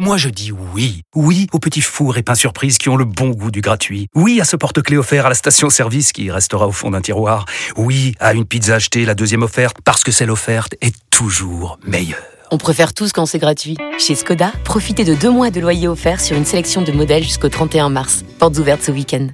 Moi je dis oui. Oui aux petits fours et pains surprises qui ont le bon goût du gratuit. Oui à ce porte-clés offert à la station-service qui restera au fond d'un tiroir. Oui à une pizza achetée, la deuxième offerte, parce que celle offerte est toujours meilleure. On préfère tous quand c'est gratuit. Chez Skoda, profitez de 2 mois de loyer offert sur une sélection de modèles jusqu'au 31 mars. Portes ouvertes ce week-end.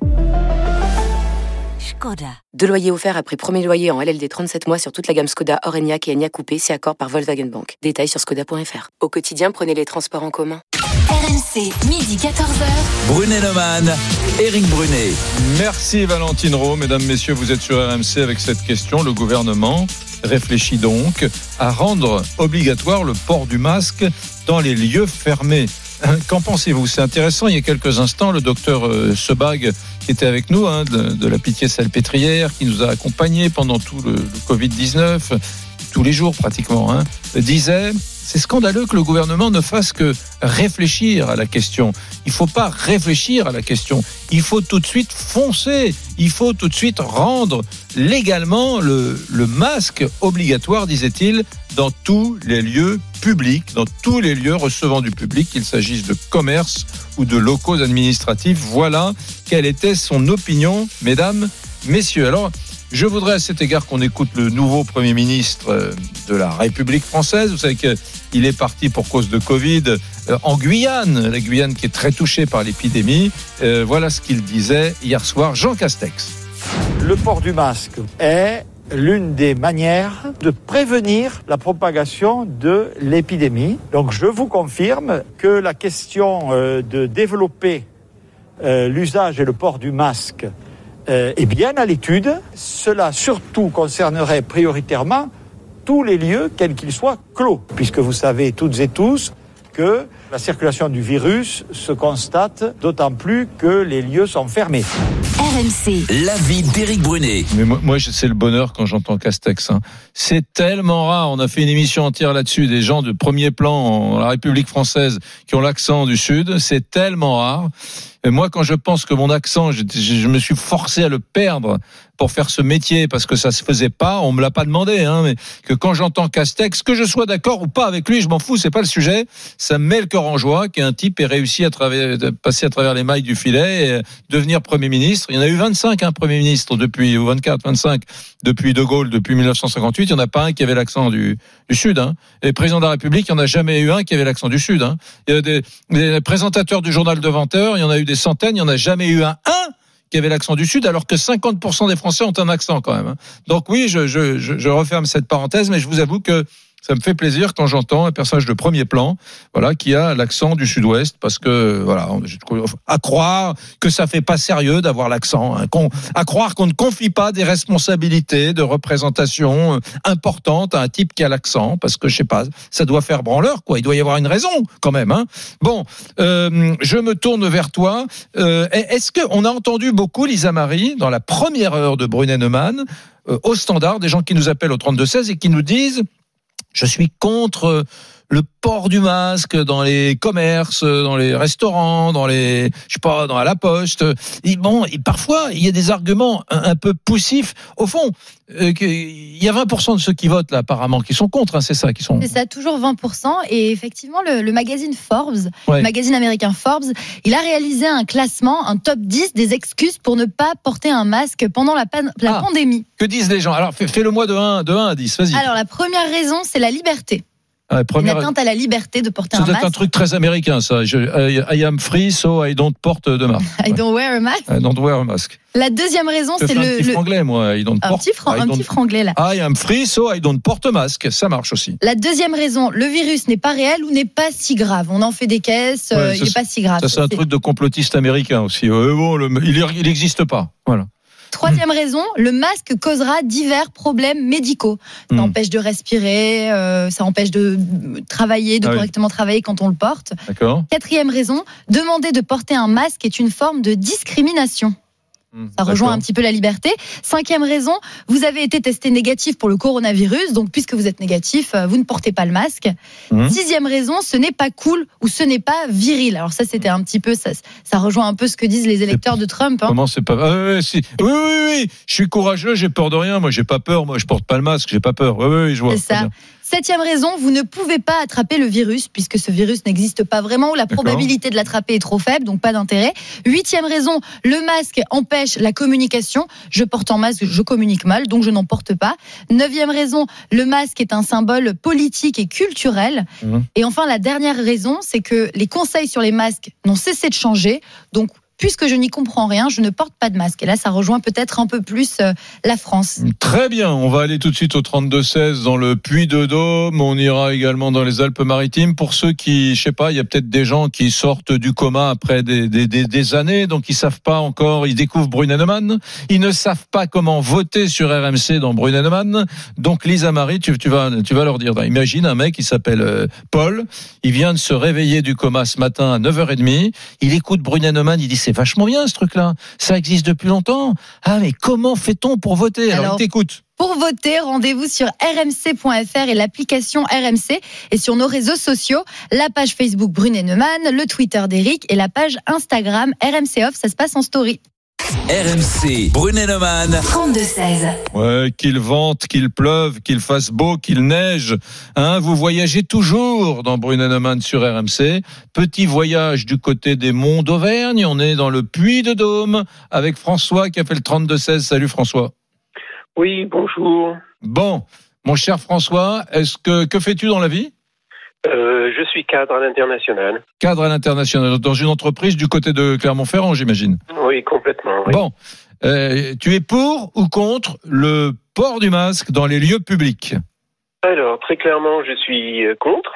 Skoda. 2 loyers offerts après premier loyer en LLD 37 mois sur toute la gamme Skoda, Orenia et Enyaq Coupé, c'est accord par Volkswagen Bank. Détails sur skoda.fr. Au quotidien, prenez les transports en commun. RMC, midi 14h. Brunet-Neumann, Éric Brunet. Merci Valentine Rowe. Mesdames, messieurs, vous êtes sur RMC avec cette question. Le gouvernement réfléchit donc à rendre obligatoire le port du masque dans les lieux fermés. Qu'en pensez-vous ? C'est intéressant. Il y a quelques instants, le docteur Sebag, qui était avec nous, de la Pitié-Salpêtrière, qui nous a accompagnés pendant tout le Covid-19, tous les jours pratiquement, disait: c'est scandaleux que le gouvernement ne fasse que réfléchir à la question. Il ne faut pas réfléchir à la question. Il faut tout de suite foncer. Il faut tout de suite rendre légalement le masque obligatoire, disait-il, dans tous les lieux publics, dans tous les lieux recevant du public, qu'il s'agisse de commerce ou de locaux administratifs. Voilà quelle était son opinion, mesdames, messieurs. Alors, je voudrais à cet égard qu'on écoute le nouveau Premier ministre de la République française. Vous savez qu'il est parti pour cause de Covid en Guyane, la Guyane qui est très touchée par l'épidémie. Voilà ce qu'il disait hier soir, Jean Castex. Le port du masque est l'une des manières de prévenir la propagation de l'épidémie. Donc je vous confirme que la question de développer l'usage et le port du masque est bien à l'étude. Cela surtout concernerait prioritairement tous les lieux, quels qu'ils soient, clos. Puisque vous savez toutes et tous que la circulation du virus se constate d'autant plus que les lieux sont fermés. RMC. L'avis d'Éric Brunet. Mais moi, c'est le bonheur quand j'entends Castex. C'est tellement rare. On a fait une émission entière là-dessus. Des gens de premier plan en la République française qui ont l'accent du Sud. C'est tellement rare. Et moi, quand je pense que mon accent, je me suis forcé à le perdre pour faire ce métier parce que ça se faisait pas, on me l'a pas demandé, mais que quand j'entends Castex, que je sois d'accord ou pas avec lui, je m'en fous, c'est pas le sujet. Ça me met le cœur en joie qu'un type ait réussi à passer à travers les mailles du filet et devenir Premier ministre. Il y en a eu 25, Premier ministre depuis, ou 24, 25, depuis De Gaulle, depuis 1958. Il n'y en a pas un qui avait l'accent du Sud. Et président de la République, il n'y en a jamais eu un qui avait l'accent du Sud. Il y a des présentateurs du journal de 20 heures, il y en a eu des centaines, il n'y en a jamais eu un qui avait l'accent du Sud, alors que 50% des Français ont un accent quand même. Donc oui, je referme cette parenthèse, mais je vous avoue que ça me fait plaisir quand j'entends un personnage de premier plan, voilà, qui a l'accent du Sud-Ouest, parce que voilà, à croire que ça fait pas sérieux d'avoir l'accent, à croire qu'on ne confie pas des responsabilités de représentation importantes à un type qui a l'accent, parce que je sais pas, ça doit faire branleur, quoi. Il doit y avoir une raison quand même. Bon, je me tourne vers toi. Est-ce que on a entendu beaucoup, Lisa Marie, dans la première heure de Brunet-Neumann, au standard, des gens qui nous appellent au 32-16 et qui nous disent: je suis contre le port du masque dans les commerces, dans les restaurants, dans à la poste. Et parfois, il y a des arguments un peu poussifs. Au fond, il y a 20% de ceux qui votent, là, apparemment, qui sont contre, c'est ça, qui sont... C'est ça, toujours 20%. Et effectivement, le magazine Forbes, le magazine américain Forbes, il a réalisé un classement, un top 10 des excuses pour ne pas porter un masque pendant la pandémie. Que disent les gens ? Alors, fais-le-moi de 1 à 10, vas-y. Alors, la première raison, c'est la liberté. Une atteinte à la liberté de porter un masque. C'est un truc très américain, ça. I am free, so I don't porte de masque. I don't wear a mask. I don't wear a mask. La deuxième raison, c'est un petit franglais, moi. Un petit franglais, là. I am free, so I don't porte a mask. Ça marche aussi. La deuxième raison, le virus n'est pas réel ou n'est pas si grave. On en fait des caisses, il n'est pas si grave. Ça, c'est un truc de complotiste américain aussi. Il n'existe pas. Voilà. Troisième raison, le masque causera divers problèmes médicaux. Ça empêche de respirer, ça empêche de travailler, correctement travailler quand on le porte. D'accord. Quatrième raison, demander de porter un masque est une forme de discrimination. Ça rejoint un petit peu la liberté. Cinquième raison, vous avez été testé négatif pour le coronavirus, donc puisque vous êtes négatif, vous ne portez pas le masque. Sixième raison, ce n'est pas cool ou ce n'est pas viril. Alors ça, c'était un petit peu, ça rejoint un peu ce que disent les électeurs de Trump. Comment c'est pas... Oui, je suis courageux, j'ai peur de rien. Moi, j'ai pas peur. Moi, je porte pas le masque, j'ai pas peur. Oui, je vois. C'est ça. 7e raison, vous ne pouvez pas attraper le virus puisque ce virus n'existe pas vraiment ou la probabilité de l'attraper est trop faible, donc pas d'intérêt. 8e raison, le masque empêche la communication. Je porte en masque, je communique mal, donc je n'en porte pas. 9e raison, le masque est un symbole politique et culturel. Et enfin, la dernière raison, c'est que les conseils sur les masques n'ont cessé de changer. Donc, puisque je n'y comprends rien, je ne porte pas de masque. Et là, ça rejoint peut-être un peu plus la France. Très bien, on va aller tout de suite au 32-16 dans le Puy-de-Dôme. On ira également dans les Alpes-Maritimes. Pour ceux qui, je sais pas, il y a peut-être des gens qui sortent du coma après des années, donc ils savent pas encore, ils découvrent Brunet-Neumann. Ils ne savent pas comment voter sur RMC dans Brunet-Neumann. Donc Lisa Marie, tu vas leur dire. Imagine un mec qui s'appelle Paul, il vient de se réveiller du coma ce matin à 9h30, il écoute Brunet-Neumann, il dit c'est vachement bien ce truc-là, ça existe depuis longtemps. Ah mais comment fait-on pour voter ? Alors il t'écoute. Pour voter, rendez-vous sur rmc.fr et l'application RMC et sur nos réseaux sociaux, la page Facebook Brunet-Neumann, le Twitter d'Éric et la page Instagram RMC Off, ça se passe en story. RMC, Brunet-Neumann. 32-16. Ouais, qu'il vente, qu'il pleuve, qu'il fasse beau, qu'il neige. Vous voyagez toujours dans Brunet-Neumann sur RMC. Petit voyage du côté des monts d'Auvergne. On est dans le Puy-de-Dôme avec François qui a fait le 32-16. Salut François. Oui, bonjour. Bon, mon cher François, que fais-tu dans la vie ? Je suis cadre à l'international. Cadre à l'international, dans une entreprise du côté de Clermont-Ferrand, j'imagine. Oui, complètement. Oui. Bon, tu es pour ou contre le port du masque dans les lieux publics ? Alors, très clairement, je suis contre.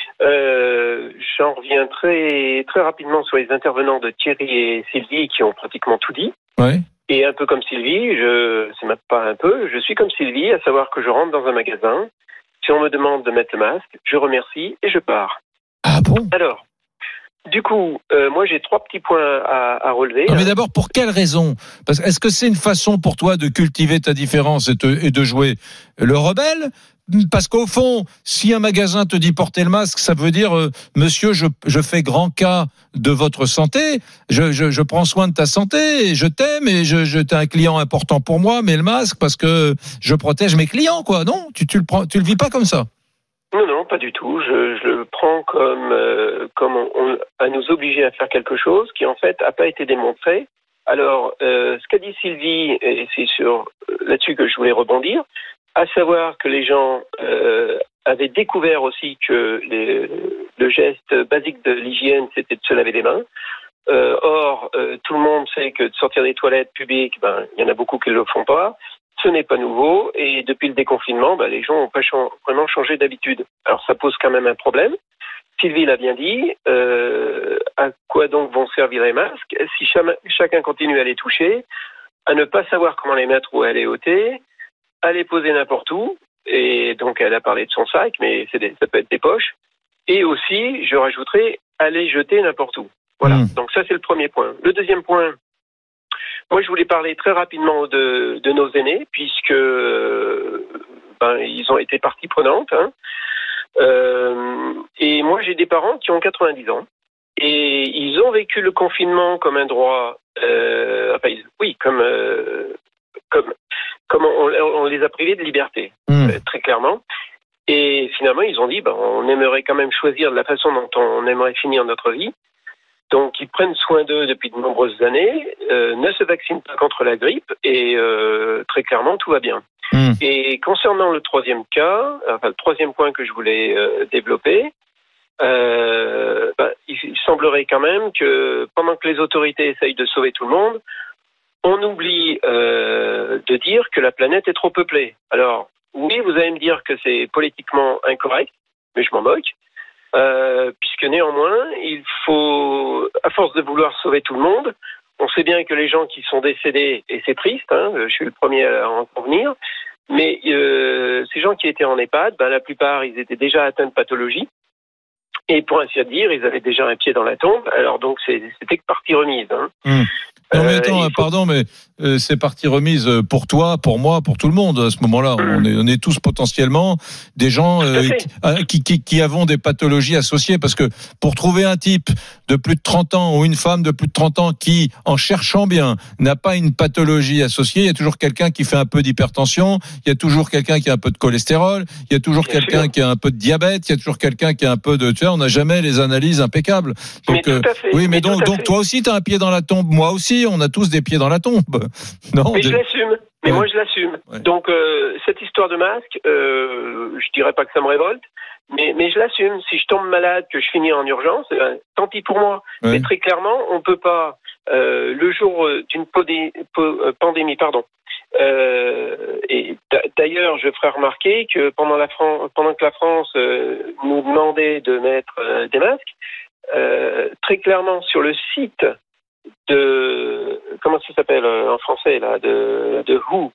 J'en reviens très, très rapidement sur les intervenants de Thierry et Sylvie qui ont pratiquement tout dit. Ouais. Et un peu comme Sylvie, c'est même pas un peu, je suis comme Sylvie, à savoir que je rentre dans un magasin. Si on me demande de mettre le masque, je remercie et je pars. Ah bon ? Alors, du coup, moi j'ai 3 petits points à relever. Non, mais d'abord, pour quelle raison ? Parce est-ce que c'est une façon pour toi de cultiver ta différence et de jouer le rebelle ? Parce qu'au fond, si un magasin te dit porter le masque, ça veut dire monsieur, je fais grand cas de votre santé, je prends soin de ta santé, et je t'aime et t'es un client important pour moi, mais le masque parce que je protège mes clients, quoi. Non, tu le vis pas comme ça. Non, pas du tout. Je le prends comme à nous obliger à faire quelque chose qui en fait a pas été démontré. Alors, ce qu'a dit Sylvie, et c'est là-dessus que je voulais rebondir, à savoir que les gens avaient découvert aussi que le geste basique de l'hygiène, c'était de se laver les mains. Or, tout le monde sait que de sortir des toilettes publiques, il y en a beaucoup qui ne le font pas. Ce n'est pas nouveau. Et depuis le déconfinement, les gens n'ont pas vraiment changé d'habitude. Alors, ça pose quand même un problème. Sylvie l'a bien dit. À quoi donc vont servir les masques ? Si chacun continue à les toucher, à ne pas savoir comment les mettre ou à les ôter, à les poser n'importe où, et donc elle a parlé de son sac, mais ça peut être des poches, et aussi, je rajouterais, à les jeter n'importe où. Voilà, donc ça c'est le premier point. Le deuxième point, moi je voulais parler très rapidement de nos aînés, puisque ils ont été partie prenante, et moi j'ai des parents qui ont 90 ans, et ils ont vécu le confinement comme un droit, comme on les a privés de liberté, très clairement. Et finalement, ils ont dit, on aimerait quand même choisir de la façon dont on aimerait finir notre vie. Donc, ils prennent soin d'eux depuis de nombreuses années, ne se vaccinent pas contre la grippe, et très clairement, tout va bien. Et concernant le troisième cas, le troisième point que je voulais développer, il semblerait quand même que pendant que les autorités essayent de sauver tout le monde, on oublie de dire que la planète est trop peuplée. Alors, oui, vous allez me dire que c'est politiquement incorrect, mais je m'en moque, puisque néanmoins, il faut, à force de vouloir sauver tout le monde, on sait bien que les gens qui sont décédés, et c'est triste, je suis le premier à en convenir, mais ces gens qui étaient en EHPAD, la plupart, ils étaient déjà atteints de pathologie. Et pour ainsi dire, ils avaient déjà un pied dans la tombe. Alors donc, c'était que partie remise. Non mais attends, pardon, mais c'est partie remise pour toi, pour moi, pour tout le monde. À ce moment-là, on est tous potentiellement des gens qui avons des pathologies associées. Parce que pour trouver un type de plus de 30 ans ou une femme de plus de 30 ans qui, en cherchant bien, n'a pas une pathologie associée, il y a toujours quelqu'un qui fait un peu d'hypertension, il y a toujours quelqu'un qui a un peu de cholestérol, il y a toujours quelqu'un qui a un peu de diabète, il y a toujours quelqu'un qui a un peu de... Tu vois, on n'a jamais les analyses impeccables. Donc, oui, mais donc toi aussi, tu as un pied dans la tombe. Moi aussi, on a tous des pieds dans la tombe. Non, mais je l'assume. Mais moi, je l'assume. Ouais. Donc, cette histoire de masque, je dirais pas que ça me révolte, mais je l'assume. Si je tombe malade, que je finis en urgence, tant pis pour moi. Ouais. Mais très clairement, on peut pas, le jour d'une pandémie, et d'ailleurs, je ferai remarquer que pendant que la France nous demandait de mettre des masques, très clairement sur le site de, comment ça s'appelle en français là, de WHO,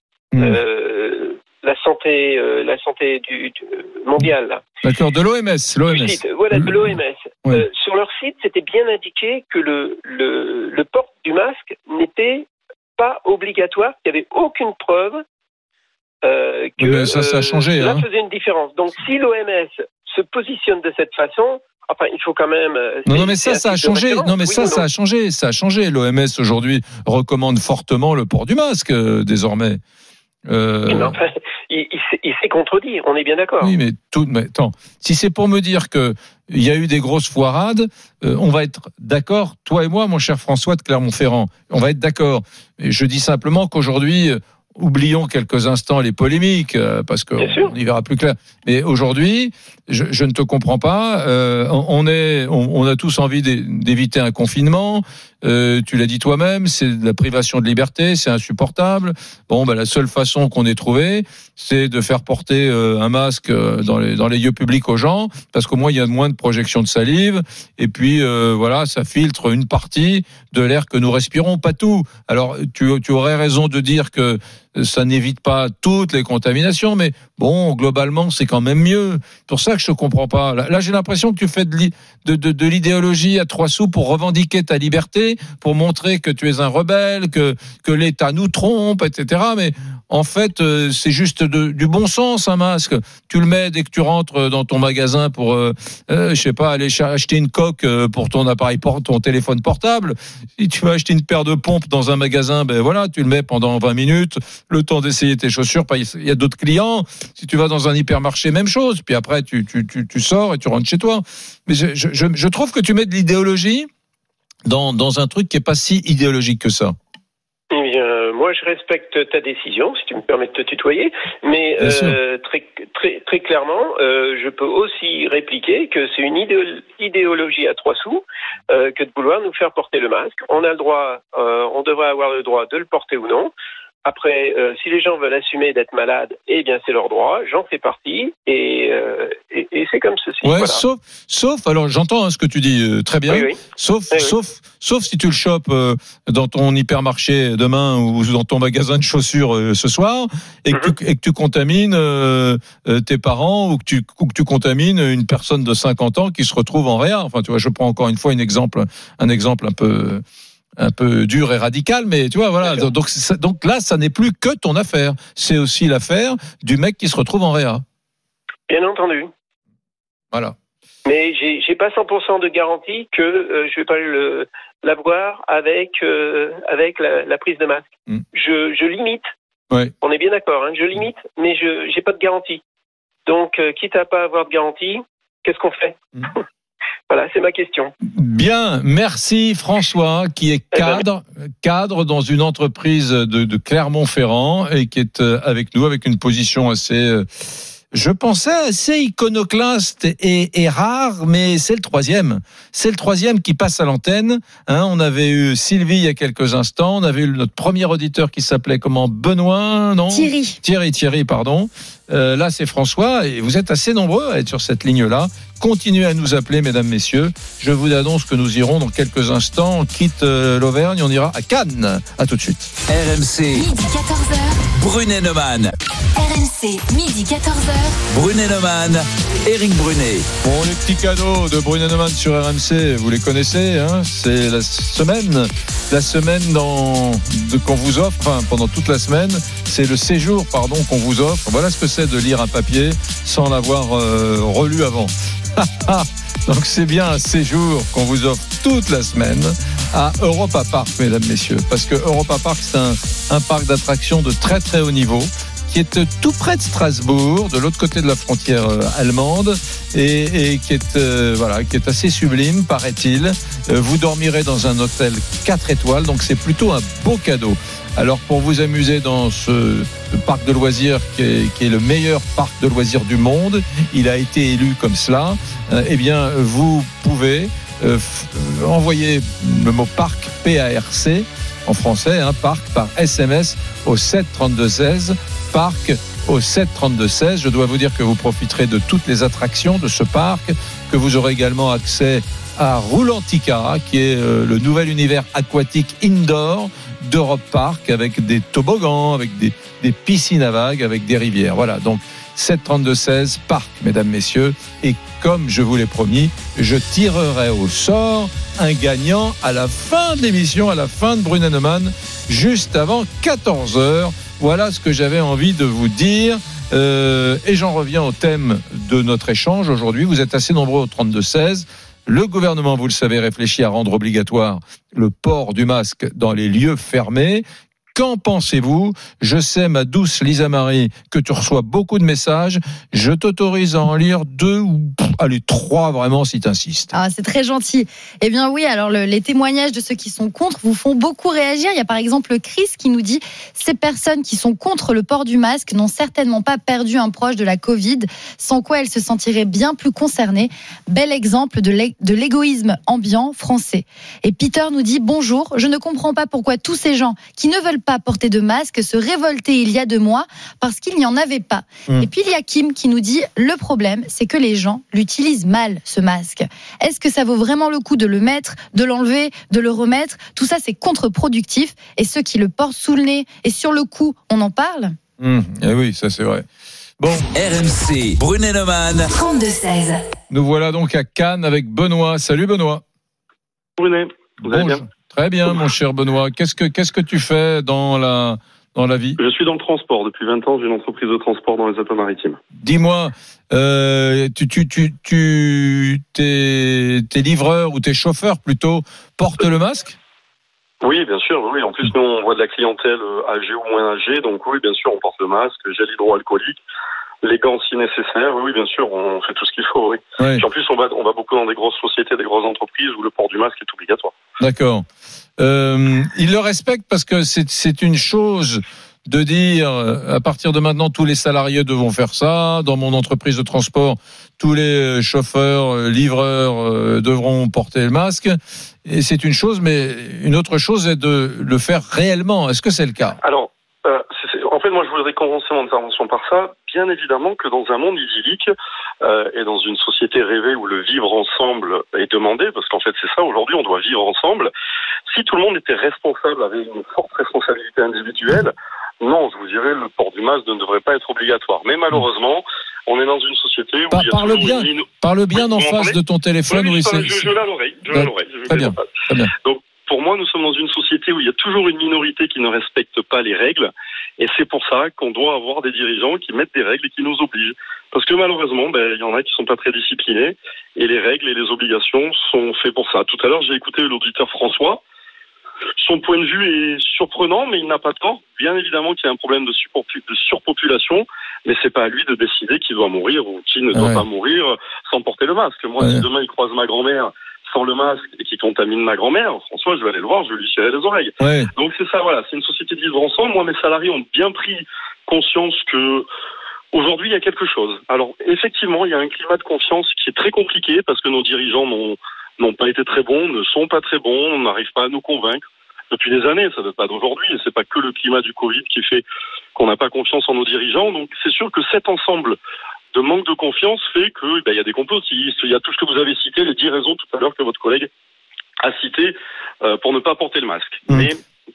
la santé du mondiale là. D'accord, de l'OMS. Voilà, de l'OMS. Ouais. Sur leur site, c'était bien indiqué que le port du masque n'était pas obligatoire, qu'il n'y avait aucune preuve que ça a changé. Cela faisait une différence. Donc, si l'OMS se positionne de cette façon, enfin, il faut quand même. Non, mais ça a changé. Non, mais ça a changé. Ça a changé. L'OMS aujourd'hui recommande fortement le port du masque désormais. Mais enfin, il s'est contredit. On est bien d'accord. Oui, mais attends. Si c'est pour me dire que il y a eu des grosses foirades, on va être d'accord. Toi et moi, mon cher François de Clermont-Ferrand, on va être d'accord. Et je dis simplement qu'aujourd'hui. Oublions quelques instants les polémiques, parce qu'on y verra plus clair. Mais aujourd'hui, je ne te comprends pas. On a tous envie d'éviter un confinement. Tu l'as dit toi-même, c'est de la privation de liberté, c'est insupportable. Bon, la seule façon qu'on ait trouvé, c'est de faire porter un masque dans les lieux publics aux gens, parce qu'au moins il y a moins de projection de salive. Et puis voilà, ça filtre une partie de l'air que nous respirons, pas tout. Alors tu aurais raison de dire que ça n'évite pas toutes les contaminations, mais bon, globalement, c'est quand même mieux. C'est pour ça que je ne comprends pas. Là, j'ai l'impression que tu fais de l'idéologie à 3 sous pour revendiquer ta liberté, pour montrer que tu es un rebelle, que l'État nous trompe, etc. Mais en fait, c'est juste du bon sens, un masque. Tu le mets dès que tu rentres dans ton magasin pour, je sais pas, aller acheter une coque pour ton appareil, ton téléphone portable. Si tu vas acheter une paire de pompes dans un magasin, voilà, tu le mets pendant 20 minutes. Le temps d'essayer tes chaussures, il y a d'autres clients. Si tu vas dans un hypermarché, même chose. Puis après, tu sors et tu rentres chez toi. Mais je trouve que tu mets de l'idéologie dans un truc qui est pas si idéologique que ça. Eh bien, moi, je respecte ta décision, si tu me permets de te tutoyer. Mais très clairement, je peux aussi répliquer que c'est une idéologie à 3 sous que de vouloir nous faire porter le masque. On a le droit, on devrait avoir le droit de le porter ou non. Après, si les gens veulent assumer d'être malades, eh bien c'est leur droit, j'en fais partie, et c'est comme ceci. Ouais, voilà. sauf, alors j'entends ce que tu dis très bien, oui. Sauf si tu le chopes dans ton hypermarché demain ou dans ton magasin de chaussures ce soir, et que tu contamines tes parents ou que tu contamines une personne de 50 ans qui se retrouve en réa. Enfin, tu vois, je prends encore une fois un exemple un peu dur et radical, mais tu vois, voilà. Donc là, ça n'est plus que ton affaire. C'est aussi l'affaire du mec qui se retrouve en réa. Bien entendu. Voilà. Mais j'ai pas 100% de garantie que je vais pas l'avoir avec la prise de masque. Je limite. Ouais. On est bien d'accord, hein, je limite, mais j'ai pas de garantie. Donc, quitte à pas avoir de garantie, qu'est-ce qu'on fait ? Voilà, c'est ma question. Bien, merci François, qui est cadre dans une entreprise de Clermont-Ferrand et qui est avec nous, avec une position assez, je pensais assez iconoclaste et rare, mais c'est le troisième. C'est le troisième qui passe à l'antenne. On avait eu Sylvie il y a quelques instants, on avait eu notre premier auditeur qui s'appelait comment ? Benoît, non ? Thierry, pardon. Là, c'est François et vous êtes assez nombreux à être sur cette ligne-là. Continuez à nous appeler, mesdames, messieurs. Je vous annonce que nous irons dans quelques instants. On quitte l'Auvergne, on ira à Cannes. À tout de suite. RMC, Midi 14h. Brunet Neumann. RMC, midi 14h. Brunet Neumann, Éric Brunet. Bon, les petits cadeaux de Brunet Neumann sur RMC, vous les connaissez, hein, c'est la semaine qu'on vous offre, enfin, pendant toute la semaine, c'est le séjour, qu'on vous offre. Voilà ce que c'est de lire un papier sans l'avoir relu avant. Donc c'est bien un séjour qu'on vous offre toute la semaine à Europa Park, mesdames, messieurs, parce que Europa Park, c'est un parc d'attractions de très très haut niveau qui est tout près de Strasbourg, de l'autre côté de la frontière allemande, et qui est assez sublime, paraît-il. Vous dormirez dans un hôtel 4 étoiles, donc c'est plutôt un beau cadeau. Alors pour vous amuser dans ce parc de loisirs qui est le meilleur parc de loisirs du monde, il a été élu comme cela, eh bien vous pouvez envoyer le mot parc, P-A-R-C, en français, parc par SMS au 7 32 16, parc au 7 32 16. Je dois vous dire que vous profiterez de toutes les attractions de ce parc, que vous aurez également accès à Roulantica, qui est le nouvel univers aquatique indoor d'Europe Park, avec des toboggans, avec des piscines à vagues, avec des rivières. Voilà, donc 7 32 16, parc, mesdames, messieurs. Et comme je vous l'ai promis, je tirerai au sort un gagnant à la fin de l'émission, à la fin de Brunet Neumann, juste avant 14h. Voilà ce que j'avais envie de vous dire. Et j'en reviens au thème de notre échange aujourd'hui. Vous êtes assez nombreux au 32-16. Le gouvernement, vous le savez, réfléchit à rendre obligatoire le port du masque dans les lieux fermés. Qu'en pensez-vous ? Je sais, ma douce Lisa Marie, que tu reçois beaucoup de messages. Je t'autorise à en lire 2 ou 3 vraiment si tu insistes. Ah, c'est très gentil. Eh bien oui, alors les témoignages de ceux qui sont contre vous font beaucoup réagir. Il y a par exemple Chris qui nous dit « Ces personnes qui sont contre le port du masque n'ont certainement pas perdu un proche de la Covid, sans quoi elles se sentiraient bien plus concernées. Bel exemple de l'égoïsme ambiant français. » Et Peter nous dit « Bonjour, je ne comprends pas pourquoi tous ces gens qui ne veulent pas porter de masque se révoltaient il y a 2 mois parce qu'il n'y en avait pas. » Et puis il y a Kim qui nous dit « Le problème, c'est que les gens l'utilisent mal, ce masque. Est-ce que ça vaut vraiment le coup de le mettre, de l'enlever, de le remettre ? Tout ça, c'est contre-productif. Et ceux qui le portent sous le nez et sur le cou, on en parle ? Eh oui, ça c'est vrai. Bon, RMC, Brunet Neumann. 32-16. Nous voilà donc à Cannes avec Benoît. Salut Benoît. Brunet, vous allez bien ? Très bien, mon cher Benoît. Qu'est-ce que tu fais dans la vie ? Je suis dans le transport. Depuis 20 ans, j'ai une entreprise de transport dans les Alpes-Maritimes. Dis-moi, tes livreurs ou tes chauffeurs plutôt portent le masque ? Oui, bien sûr. Oui. En plus, nous, on voit de la clientèle âgée ou moins âgée. Donc oui, bien sûr, on porte le masque, gel hydroalcoolique, les gants si nécessaire. Oui, bien sûr, on fait tout ce qu'il faut. Oui. Ouais. Puis en plus, on va beaucoup dans des grosses sociétés, des grosses entreprises où le port du masque est obligatoire. D'accord. Ils le respectent parce que c'est une chose de dire à partir de maintenant tous les salariés devront faire ça. Dans mon entreprise de transport, tous les chauffeurs, livreurs devront porter le masque. Et c'est une chose, mais une autre chose est de le faire réellement. Est-ce que c'est le cas ? Alors, en fait, moi, je voudrais commencer mon intervention par ça. Bien évidemment que dans un monde idyllique et dans une société rêvée où le vivre ensemble est demandé, parce qu'en fait, c'est ça, aujourd'hui, on doit vivre ensemble. Si tout le monde était responsable, avait une forte responsabilité individuelle, non, je vous dirais, le port du masque ne devrait pas être obligatoire. Mais malheureusement, on est dans une société où il y a Parle bien en face de ton téléphone. Oui, je l'ai à l'oreille. Très bien. Donc, pour moi, nous sommes dans une société où il y a toujours une minorité qui ne respecte pas les règles. Et c'est pour ça qu'on doit avoir des dirigeants qui mettent des règles et qui nous obligent. Parce que malheureusement, il y en a qui sont pas très disciplinés. Et les règles et les obligations sont faits pour ça. Tout à l'heure, j'ai écouté l'auditeur François. Son point de vue est surprenant, mais il n'a pas tort. Bien évidemment qu'il y a un problème de surpopulation, mais c'est pas à lui de décider qui doit mourir ou qui ne doit pas mourir sans porter le masque. Moi, si demain il croise ma grand-mère sans le masque et qui contamine ma grand-mère, François, je vais aller le voir, je vais lui tirer les oreilles. Ouais. Donc c'est ça, voilà, c'est une société de vivre ensemble. Moi, mes salariés ont bien pris conscience que aujourd'hui, il y a quelque chose. Alors, effectivement, il y a un climat de confiance qui est très compliqué parce que nos dirigeants n'ont pas été très bons, ne sont pas très bons, on n'arrive pas à nous convaincre. depuis des années, ça ne date pas d'aujourd'hui, et c'est pas que le climat du Covid qui fait qu'on n'a pas confiance en nos dirigeants. Donc c'est sûr que cet ensemble de manque de confiance fait que il y a des complotistes, il y a tout ce que vous avez cité, les 10 raisons tout à l'heure que votre collègue a cité pour ne pas porter le masque. Mais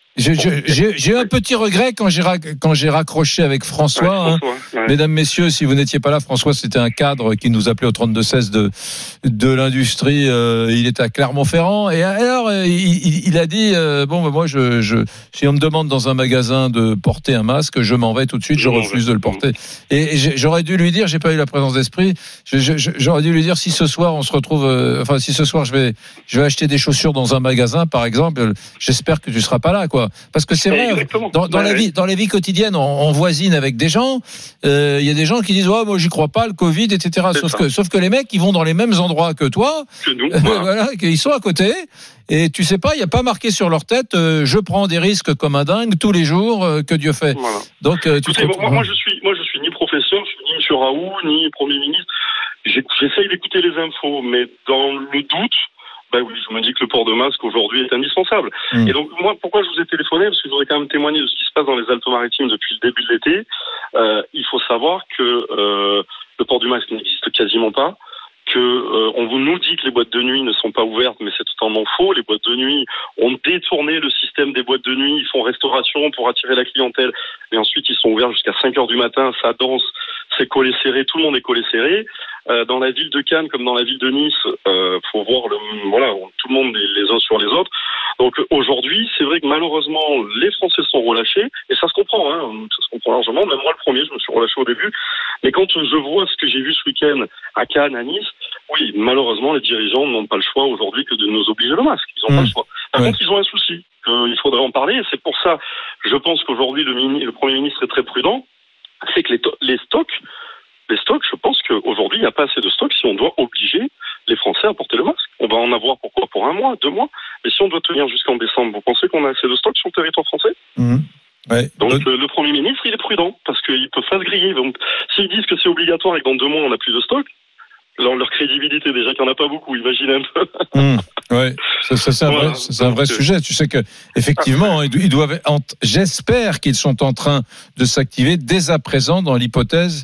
j'ai un petit regret quand j'ai raccroché avec François. Ouais. Mesdames, messieurs, si vous n'étiez pas là, François, c'était un cadre qui nous appelait au 32-16 de l'industrie. Il était à Clermont-Ferrand. Et alors, il a dit moi, si on me demande dans un magasin de porter un masque, je m'en vais tout de suite. Je refuse de le porter. Et j'aurais dû lui dire, j'ai pas eu la présence d'esprit. J'aurais dû lui dire si ce soir on se retrouve, si ce soir je vais acheter des chaussures dans un magasin, par exemple, j'espère que tu seras pas là, quoi. Parce que c'est vrai, dans la vie quotidienne, on voisine avec des gens. Il y a des gens qui disent moi j'y crois pas, le Covid, etc. Sauf que les mecs, ils vont dans les mêmes endroits que toi, que nous, voilà, ils sont à côté. Et tu sais pas, il y a pas marqué sur leur tête je prends des risques comme un dingue tous les jours, que Dieu fait. Voilà. Donc moi je suis ni professeur, je suis ni M. Raoult, ni Premier ministre. J'essaye d'écouter les infos, mais dans le doute. Oui, je me dis que le port de masque aujourd'hui est indispensable. Et donc moi, pourquoi je vous ai téléphoné ? Parce que je voudrais quand même témoigner de ce qui se passe dans les Alpes-Maritimes depuis le début de l'été. Il faut savoir que le port du masque n'existe quasiment pas. On nous dit que les boîtes de nuit ne sont pas ouvertes, mais c'est totalement faux. Les boîtes de nuit ont détourné le système des boîtes de nuit. Ils font restauration pour attirer la clientèle. Et ensuite, ils sont ouverts jusqu'à 5h du matin. Ça danse, c'est collé serré. Tout le monde est collé serré. Dans la ville de Cannes, comme dans la ville de Nice, faut voir tout le monde les uns sur les autres. Donc aujourd'hui, c'est vrai que malheureusement, les Français sont relâchés. Et ça se comprend, ça se comprend largement. Même moi, le premier, je me suis relâché au début. Mais quand je vois ce que j'ai vu ce week-end à Cannes, à Nice, oui, malheureusement, les dirigeants n'ont pas le choix aujourd'hui que de nous obliger le masque. Ils n'ont pas le choix. Par contre, ils ont un souci. Il faudrait en parler. Et c'est pour ça, je pense qu'aujourd'hui, le Premier ministre est très prudent. C'est que les stocks, je pense qu'aujourd'hui, il n'y a pas assez de stocks si on doit obliger les Français à porter le masque. On va en avoir pour 1 mois, 2 mois. Mais si on doit tenir jusqu'en décembre, vous pensez qu'on a assez de stocks sur le territoire français ? Ouais. Donc le Premier ministre, il est prudent parce qu'ils peuvent pas se griller. Donc, s'ils disent que c'est obligatoire et que dans 2 mois, on n'a plus de stock, leur crédibilité, déjà qu'il n'y en a pas beaucoup, imaginez un peu. Ouais, c'est un vrai sujet. Tu sais que effectivement, ils doivent. J'espère qu'ils sont en train de s'activer dès à présent dans l'hypothèse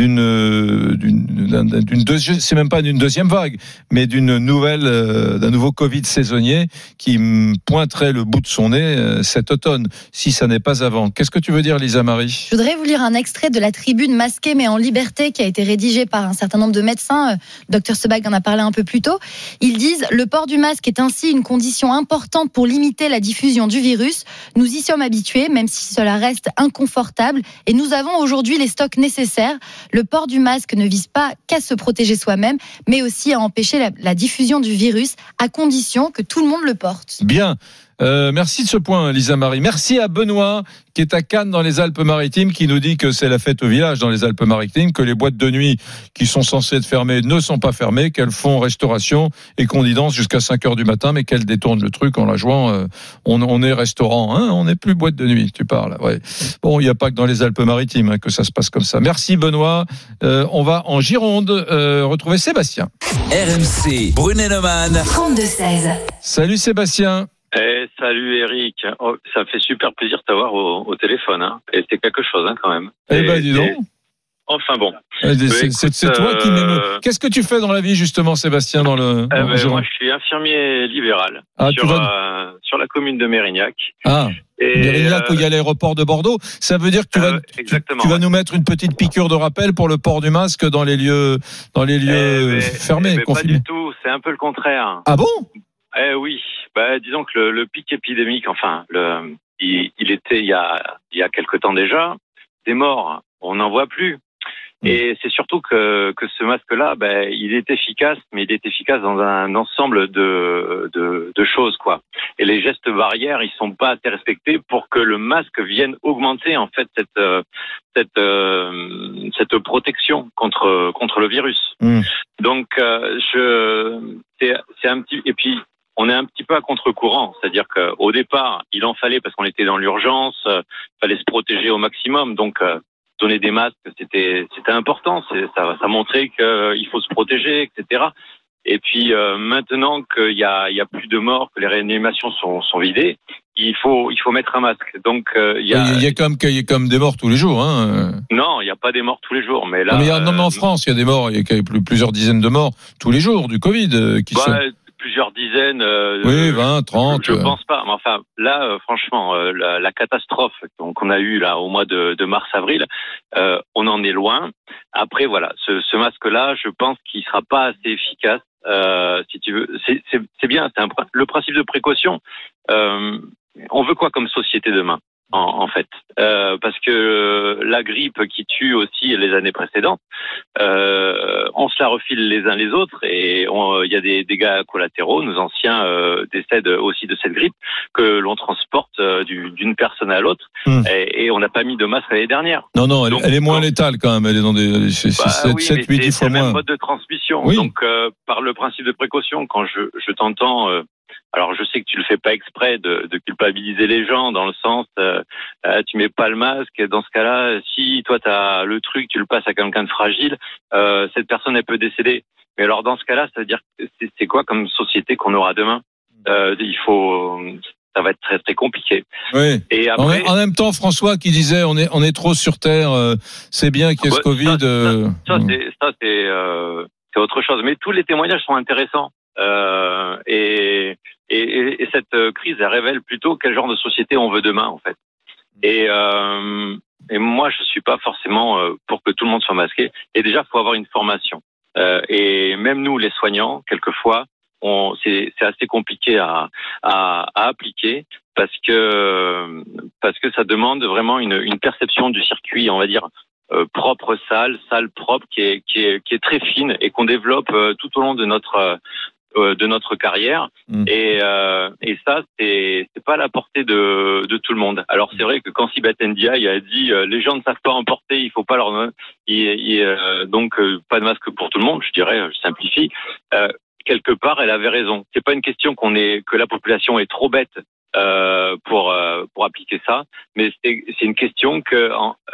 d'une deuxième, c'est même pas d'une deuxième vague, mais d'un nouveau Covid saisonnier qui pointerait le bout de son nez cet automne, si ça n'est pas avant. Qu'est-ce que tu veux dire, Lisa Marie ? Je voudrais vous lire un extrait de la tribune Masqué mais en liberté qui a été rédigée par un certain nombre de médecins. Dr Sebag en a parlé un peu plus tôt. Ils disent « Le port du masque est ainsi une condition importante pour limiter la diffusion du virus. Nous y sommes habitués, même si cela reste inconfortable, et nous avons aujourd'hui les stocks nécessaires. Le port du masque ne vise pas qu'à se protéger soi-même, mais aussi à empêcher la diffusion du virus, à condition que tout le monde le porte. » Bien. Merci de ce point, Lisa Marie. Merci à Benoît, qui est à Cannes dans les Alpes-Maritimes, qui nous dit que c'est la fête au village dans les Alpes-Maritimes, que les boîtes de nuit qui sont censées être fermées ne sont pas fermées, qu'elles font restauration et qu'on y danse jusqu'à 5h du matin, mais qu'elles détournent le truc en la jouant. On est restaurant, on n'est plus boîte de nuit, tu parles. Ouais. Bon, il n'y a pas que dans les Alpes-Maritimes que ça se passe comme ça. Merci Benoît. On va en Gironde retrouver Sébastien. RMC, Brunet-Neumann. 32-16. Salut Sébastien. Salut Eric, ça me fait super plaisir de t'avoir au téléphone, et c'est quelque chose quand même. Dis donc. Enfin bon. C'est toi qui m'émeut. Qu'est-ce que tu fais dans la vie justement, Sébastien, dans le moi, je suis infirmier libéral sur la commune de Mérignac. Mérignac, où il y a l'aéroport de Bordeaux. Ça veut dire que tu vas nous mettre une petite piqûre de rappel pour le port du masque dans les lieux fermés, confinés. Pas du tout, c'est un peu le contraire. Ah bon ? Oui, disons que le pic épidémique, il était il y a quelque temps déjà. Des morts, on n'en voit plus. Et c'est surtout que ce masque-là, il est efficace, mais il est efficace dans un ensemble de choses, quoi. Et les gestes barrières, ils sont pas assez respectés pour que le masque vienne augmenter en fait cette protection contre le virus. Donc c'est un petit, et puis on est un petit peu à contre-courant, c'est-à-dire qu'au départ, il en fallait parce qu'on était dans l'urgence, fallait se protéger au maximum, donc donner des masques, c'était important, ça montrait qu'il faut se protéger, etc. Et puis maintenant qu'il y a plus de morts, que les réanimations sont vidées, il faut mettre un masque. Donc il y a quand même des morts tous les jours, hein. Non, il n'y a pas des morts tous les jours, mais là. Non, mais en France, il y a des morts, il y a quand même plusieurs dizaines de morts tous les jours du Covid plusieurs dizaines. Oui, 20, 30. Je pense pas. Mais enfin, là, franchement, la catastrophe qu'on a eue là au mois de mars-avril, on en est loin. Après, voilà, ce masque-là, je pense qu'il sera pas assez efficace. Si tu veux, c'est bien. Le principe de précaution. On veut quoi comme société demain, en fait, parce que la grippe qui tue aussi les années précédentes, on se la refile les uns les autres et il y a des dégâts collatéraux. Nos anciens décèdent aussi de cette grippe que l'on transporte d'une personne à l'autre et on n'a pas mis de masque l'année dernière. Non, elle est moins létale quand même. Elle est dans des 7, 8, 10 fois moins. C'est le même mode de transmission. Oui. Donc, par le principe de précaution, quand je t'entends. Alors je sais que tu le fais pas exprès de culpabiliser les gens dans le sens tu mets pas le masque, dans ce cas-là si toi t'as le truc, tu le passes à quelqu'un de fragile, cette personne elle peut décéder. Mais alors dans ce cas-là, ça veut dire c'est quoi comme société qu'on aura demain? Ça va être très très compliqué. Oui. Et après, en même temps, François qui disait on est trop sur terre, c'est bien qu'il y ait ce Covid. C'est autre chose. Mais tous les témoignages sont intéressants. Et cette crise, elle révèle plutôt quel genre de société on veut demain, en fait. Et moi, je suis pas forcément pour que tout le monde soit masqué. Et déjà, faut avoir une formation. Et même nous, les soignants, quelquefois, c'est assez compliqué à appliquer parce que ça demande vraiment une perception du circuit, on va dire. Propre salle propre qui est très fine et qu'on développe tout au long de notre carrière et ça c'est pas à la portée de tout le monde. Alors c'est vrai que quand Sibeth Ndiaye a dit les gens ne savent pas emporter, il faut pas leur donc pas de masque pour tout le monde, je dirais, je simplifie. Quelque part elle avait raison. C'est pas une question que la population est trop bête pour appliquer ça, mais c'est une question que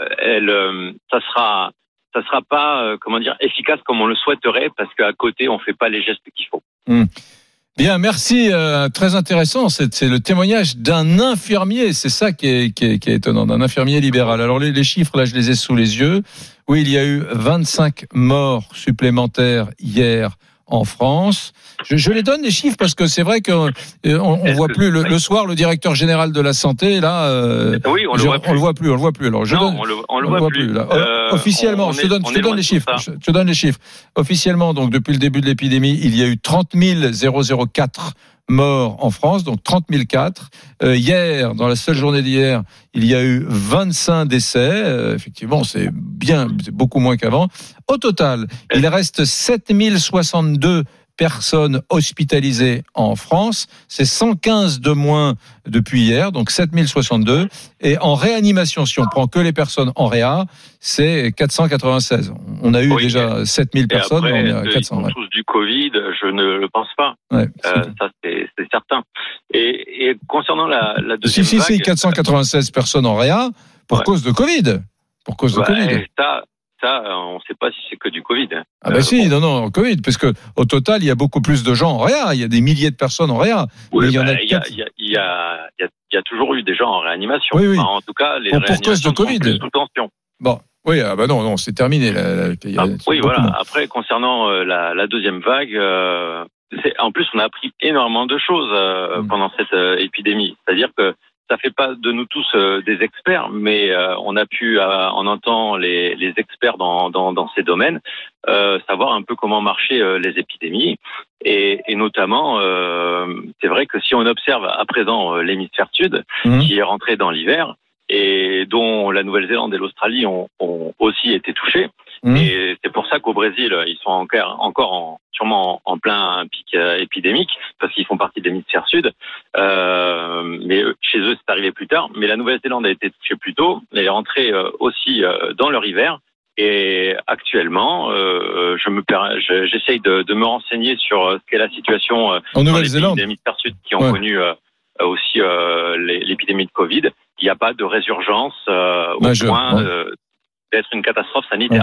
ça sera pas efficace comme on le souhaiterait parce qu'à côté on fait pas les gestes qu'il faut. Bien, merci, très intéressant. C'est le témoignage d'un infirmier, c'est ça qui est étonnant, d'un infirmier libéral. Alors les chiffres là, je les ai sous les yeux. Oui, il y a eu 25 morts supplémentaires hier en France. Je les donne les chiffres parce que c'est vrai qu'on voit plus le soir le directeur général de la santé là. Oui, on le voit plus. Alors on le voit plus là. Officiellement, je te donne les chiffres. Je te donne les chiffres. Officiellement, donc depuis le début de l'épidémie, il y a eu 30 004 morts en France, donc 30 004. Hier, dans la seule journée d'hier, il y a eu 25 décès. Effectivement, c'est beaucoup moins qu'avant. Au total, il reste 7 062 personnes hospitalisées en France. C'est 115 de moins depuis hier, donc 7062. Et en réanimation, si on prend que les personnes en réa, c'est 496. On a eu déjà 7000 personnes, après, on est à 400. Ils sont tous du Covid, je ne le pense pas. Ouais, ça, c'est certain. Et concernant la deuxième vague... Si, 496 personnes en réa pour cause de Covid. Ça, on ne sait pas si c'est que du Covid. Ah non, Covid, parce que au total, il y a beaucoup plus de gens en réa. Il y a des milliers de personnes en réa. Oui, il y a toujours eu des gens en réanimation. Oui. Enfin, en tout cas, les pour cause de Covid. Sont plus sous tension. Bon. Oui, non, c'est terminé. Voilà. Après, concernant la deuxième vague, en plus, on a appris énormément de choses pendant cette épidémie. C'est-à-dire que ça fait pas de nous tous des experts, mais on a pu, en entendant les experts dans ces domaines, savoir un peu comment marchaient les épidémies. Et notamment, c'est vrai que si on observe à présent l'hémisphère sud, qui est rentré dans l'hiver, et dont la Nouvelle-Zélande et l'Australie ont aussi été touchés. Et c'est pour ça qu'au Brésil, ils sont encore sûrement en plein pic épidémique, parce qu'ils font partie de l'hémisphère sud. Mais chez eux, c'est arrivé plus tard. Mais la Nouvelle-Zélande a été touchée plus tôt. Elle est rentrée aussi dans leur hiver. Et actuellement, j'essaye de me renseigner sur ce qu'est la situation en Nouvelle-Zélande, dans l'hémisphère sud, qui ont connu aussi l'épidémie de Covid. Il n'y a pas de résurgence au point d'être une catastrophe sanitaire.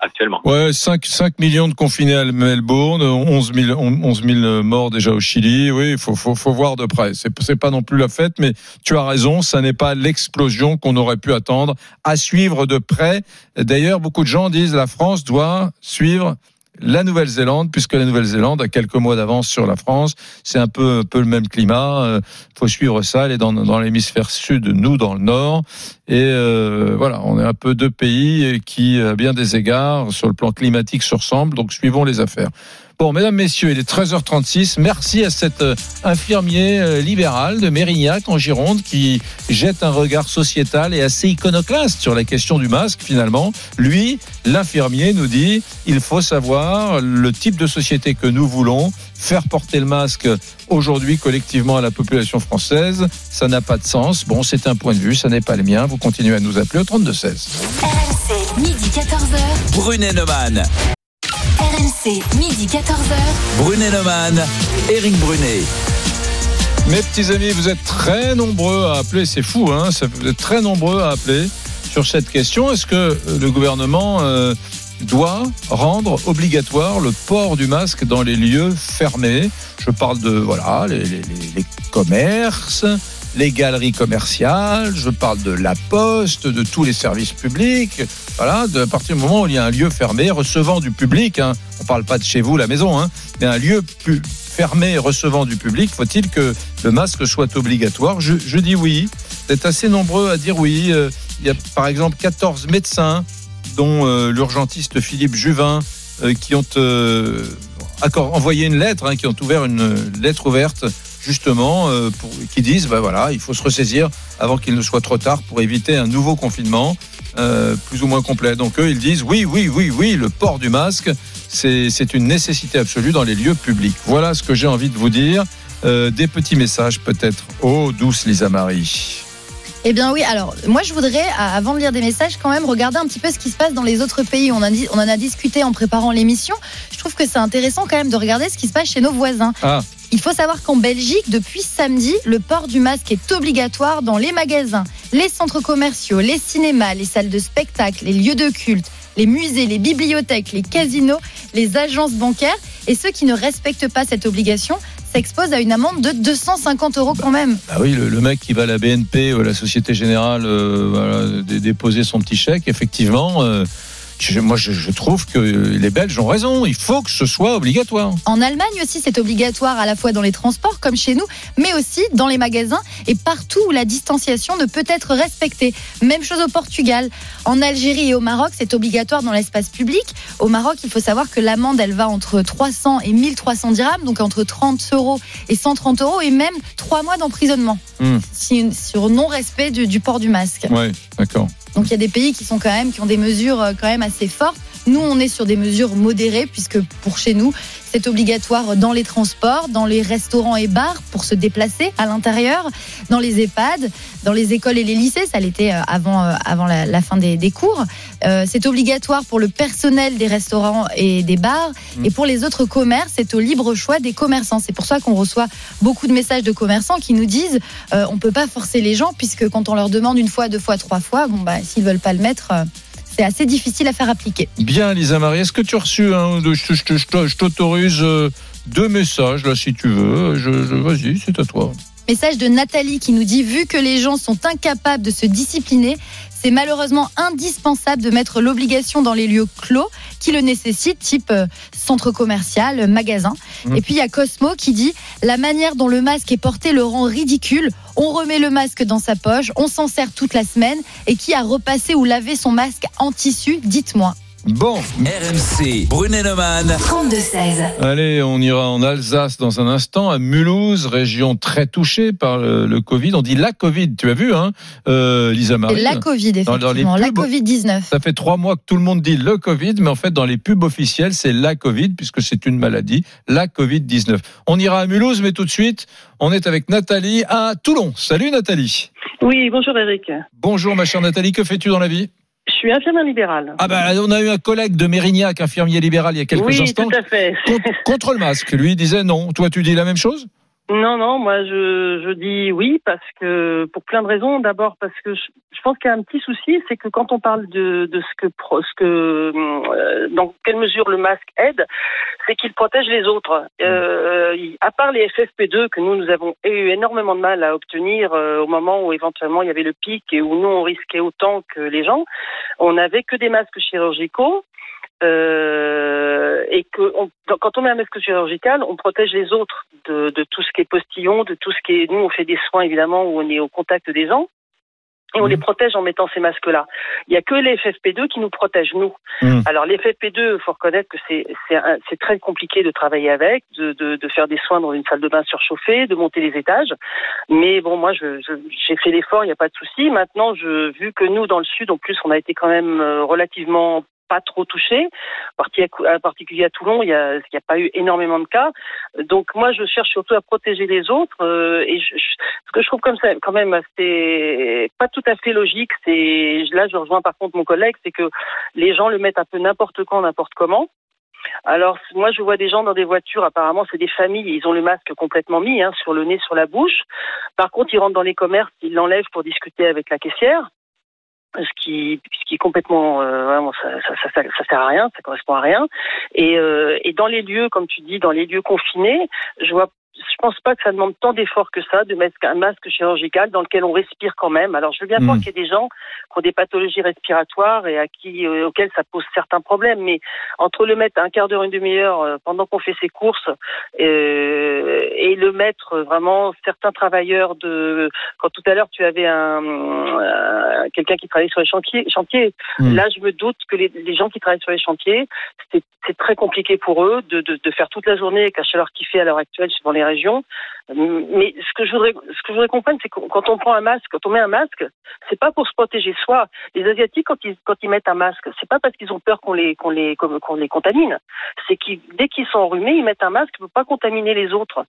actuellement. Ouais, 5 millions de confinés à Melbourne, 11 000 morts déjà au Chili. Oui, il faut voir de près. C'est pas non plus la fête, mais tu as raison, ça n'est pas l'explosion qu'on aurait pu attendre. À suivre de près. D'ailleurs, beaucoup de gens disent la France doit suivre la Nouvelle-Zélande, puisque la Nouvelle-Zélande a quelques mois d'avance sur la France. C'est un peu le même climat. Faut suivre ça. Elle est dans l'hémisphère sud, nous dans le nord. Et voilà, on est un peu deux pays qui, à bien des égards, sur le plan climatique, se ressemblent. Donc, suivons les affaires. Bon, mesdames, messieurs, il est 13h36. Merci à cet infirmier libéral de Mérignac en Gironde qui jette un regard sociétal et assez iconoclaste sur la question du masque finalement. Lui, l'infirmier, nous dit il faut savoir le type de société que nous voulons. Faire porter le masque aujourd'hui collectivement à la population française, ça n'a pas de sens. Bon, c'est un point de vue, ça n'est pas le mien. Vous continuez à nous appeler au 32-16. RMC, midi 14h. Brunet Neumann. RMC, midi 14h. Brunet Neumann. Éric Brunet. Mes petits amis, vous êtes très nombreux à appeler. C'est fou, hein, vous êtes très nombreux à appeler sur cette question. Est-ce que le gouvernement doit rendre obligatoire le port du masque dans les lieux fermés? Je parle de les commerces, les galeries commerciales, je parle de la poste, de tous les services publics. Voilà, à partir du moment où il y a un lieu fermé recevant du public, hein, on ne parle pas de chez vous, la maison, hein, mais un lieu fermé recevant du public, faut-il que le masque soit obligatoire? Je dis oui. Vous êtes assez nombreux à dire oui. Il y a par exemple 14 médecins, dont l'urgentiste Philippe Juvin, qui ont envoyé une lettre, qui ont ouvert une lettre ouverte justement qui disent il faut se ressaisir avant qu'il ne soit trop tard pour éviter un nouveau confinement plus ou moins complet. Donc eux ils disent oui, le port du masque c'est une nécessité absolue dans les lieux publics. Voilà ce que j'ai envie de vous dire. Des petits messages peut-être. Oh douce Lisa Marie. Eh bien oui, alors moi je voudrais, avant de lire des messages, quand même regarder un petit peu ce qui se passe dans les autres pays. On en a discuté en préparant l'émission. Je trouve que c'est intéressant quand même de regarder ce qui se passe chez nos voisins. Il faut savoir qu'en Belgique, depuis samedi, le port du masque est obligatoire dans les magasins, les centres commerciaux, les cinémas, les salles de spectacle, les lieux de culte, les musées, les bibliothèques, les casinos, les agences bancaires. Et ceux qui ne respectent pas cette obligation s'expose à une amende de 250 € quand même. Ah oui, le mec qui va à la BNP ou à la Société Générale déposer son petit chèque, effectivement, moi je trouve que les Belges ont raison, il faut que ce soit obligatoire. En Allemagne aussi c'est obligatoire à la fois dans les transports comme chez nous, mais aussi dans les magasins et partout où la distanciation ne peut être respectée. Même chose au Portugal. En Algérie et au Maroc c'est obligatoire dans l'espace public. Au Maroc il faut savoir que l'amende elle va entre 300 et 1300 dirhams, donc entre 30 € et 130 € et même 3 mois d'emprisonnement sur non-respect du port du masque. Ouais, d'accord. Donc il y a des pays qui ont des mesures quand même assez fortes. Nous, on est sur des mesures modérées puisque pour chez nous, c'est obligatoire dans les transports, dans les restaurants et bars pour se déplacer à l'intérieur, dans les EHPAD, dans les écoles et les lycées. Ça l'était avant la fin des cours. C'est obligatoire pour le personnel des restaurants et des bars. Et pour les autres commerces, c'est au libre choix des commerçants. C'est pour ça qu'on reçoit beaucoup de messages de commerçants qui nous disent on peut pas forcer les gens puisque quand on leur demande une fois, deux fois, trois fois, s'ils veulent pas le mettre... c'est assez difficile à faire appliquer. Bien, Lisa Marie, est-ce que tu as reçu je t'autorise 2 messages, là, si tu veux. Vas-y, c'est à toi. Message de Nathalie qui nous dit « Vu que les gens sont incapables de se discipliner, c'est malheureusement indispensable de mettre l'obligation dans les lieux clos qui le nécessitent, type centre commercial, magasin. » Et puis il y a Cosmo qui dit « La manière dont le masque est porté le rend ridicule. On remet le masque dans sa poche, on s'en sert toute la semaine. Et qui a repassé ou lavé son masque en tissu, dites-moi. » Bon. RMC, Brunet Neumann. 32-16. Allez, on ira en Alsace dans un instant, à Mulhouse, région très touchée par le Covid. On dit la Covid, tu as vu, Lisa Marie? C'est la Covid, effectivement, la Covid-19. Ça fait 3 mois que tout le monde dit le Covid, mais en fait, dans les pubs officielles, c'est la Covid, puisque c'est une maladie, la Covid-19. On ira à Mulhouse, mais tout de suite, on est avec Nathalie à Toulon. Salut Nathalie. Oui, bonjour Eric. Bonjour ma chère Nathalie, que fais-tu dans la vie? Je suis infirmière libérale. On a eu un collègue de Mérignac, infirmier libéral, il y a quelques instants. Oui, tout à fait. Contre le masque. Lui, il disait non. Toi, tu dis la même chose? Non, moi je dis oui parce que pour plein de raisons. D'abord parce que je pense qu'il y a un petit souci, c'est que quand on parle de dans quelle mesure le masque aide, c'est qu'il protège les autres. À part les FFP2 que nous avons eu énormément de mal à obtenir au moment où éventuellement il y avait le pic et où nous on risquait autant que les gens, on n'avait que des masques chirurgicaux. Et que quand on met un masque chirurgical, on protège les autres de tout ce qui est postillon, de tout ce qui est... Nous, on fait des soins, évidemment, où on est au contact des gens. Et on les protège en mettant ces masques-là. Il n'y a que les FFP2 qui nous protègent, nous. Alors, les FFP2, il faut reconnaître que c'est très compliqué de travailler avec, de faire des soins dans une salle de bain surchauffée, de monter les étages. Mais bon, moi, j'ai fait l'effort, il n'y a pas de souci. Maintenant, vu que nous, dans le Sud, en plus, on a été quand même relativement pas trop touché, en particulier à Toulon, il y a pas eu énormément de cas. Donc moi, je cherche surtout à protéger les autres. Et ce que je trouve comme ça, quand même, c'est pas tout à fait logique. Là, je rejoins par contre mon collègue, c'est que les gens le mettent un peu n'importe quand, n'importe comment. Alors, moi, je vois des gens dans des voitures, apparemment, c'est des familles, ils ont le masque complètement mis, sur le nez, sur la bouche. Par contre, ils rentrent dans les commerces, ils l'enlèvent pour discuter avec la caissière. Ce qui est complètement vraiment ça sert à rien, ça correspond à rien. Et dans les lieux, comme tu dis, dans les lieux confinés, je pense pas que ça demande tant d'efforts que ça de mettre un masque chirurgical dans lequel on respire quand même. Alors je veux bien croire qu'il y a des gens qui ont des pathologies respiratoires et auxquels ça pose certains problèmes, mais entre le mettre un quart d'heure, une demi-heure pendant qu'on fait ses courses et le mettre vraiment certains travailleurs quand tout à l'heure tu avais quelqu'un qui travaillait sur les chantiers. Là je me doute que les gens qui travaillent sur les chantiers, c'est très compliqué pour eux de faire toute la journée avec la chaleur qu'il fait à l'heure actuelle suivant les régions. Mais ce que je voudrais comprendre, c'est que quand on met un masque, c'est pas pour se protéger soi. Les Asiatiques, quand ils mettent un masque, c'est pas parce qu'ils ont peur qu'on les contamine. C'est dès qu'ils sont enrhumés, ils mettent un masque pour pas contaminer les autres.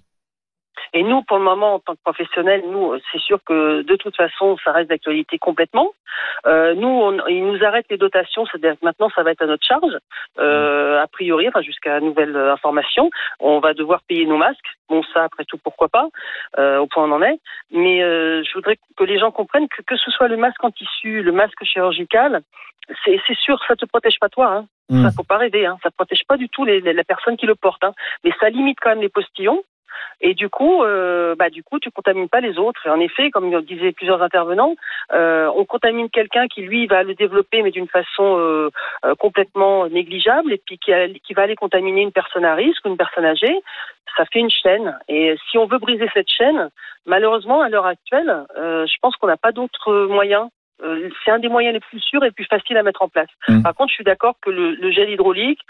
Et nous, pour le moment, en tant que professionnels, c'est sûr que de toute façon, ça reste d'actualité complètement. Ils nous arrêtent les dotations, c'est-à-dire que maintenant, ça va être à notre charge, a priori, jusqu'à nouvelle information. On va devoir payer nos masques. Bon, ça, après tout, pourquoi pas, au point où on en est. Mais je voudrais que les gens comprennent que ce soit le masque en tissu, le masque chirurgical, c'est sûr, ça te protège pas toi. Ça, faut pas rêver. Ça protège pas du tout la personne qui le porte. Mais ça limite quand même les postillons. Et du coup, tu contamines pas les autres. Et en effet, comme disaient plusieurs intervenants, on contamine quelqu'un qui lui va le développer, mais d'une façon complètement négligeable, et puis qui va aller contaminer une personne à risque ou une personne âgée. Ça fait une chaîne. Et si on veut briser cette chaîne, malheureusement, à l'heure actuelle, je pense qu'on n'a pas d'autres moyens. C'est un des moyens les plus sûrs et plus faciles à mettre en place. Par contre, je suis d'accord que le gel hydroalcoolique,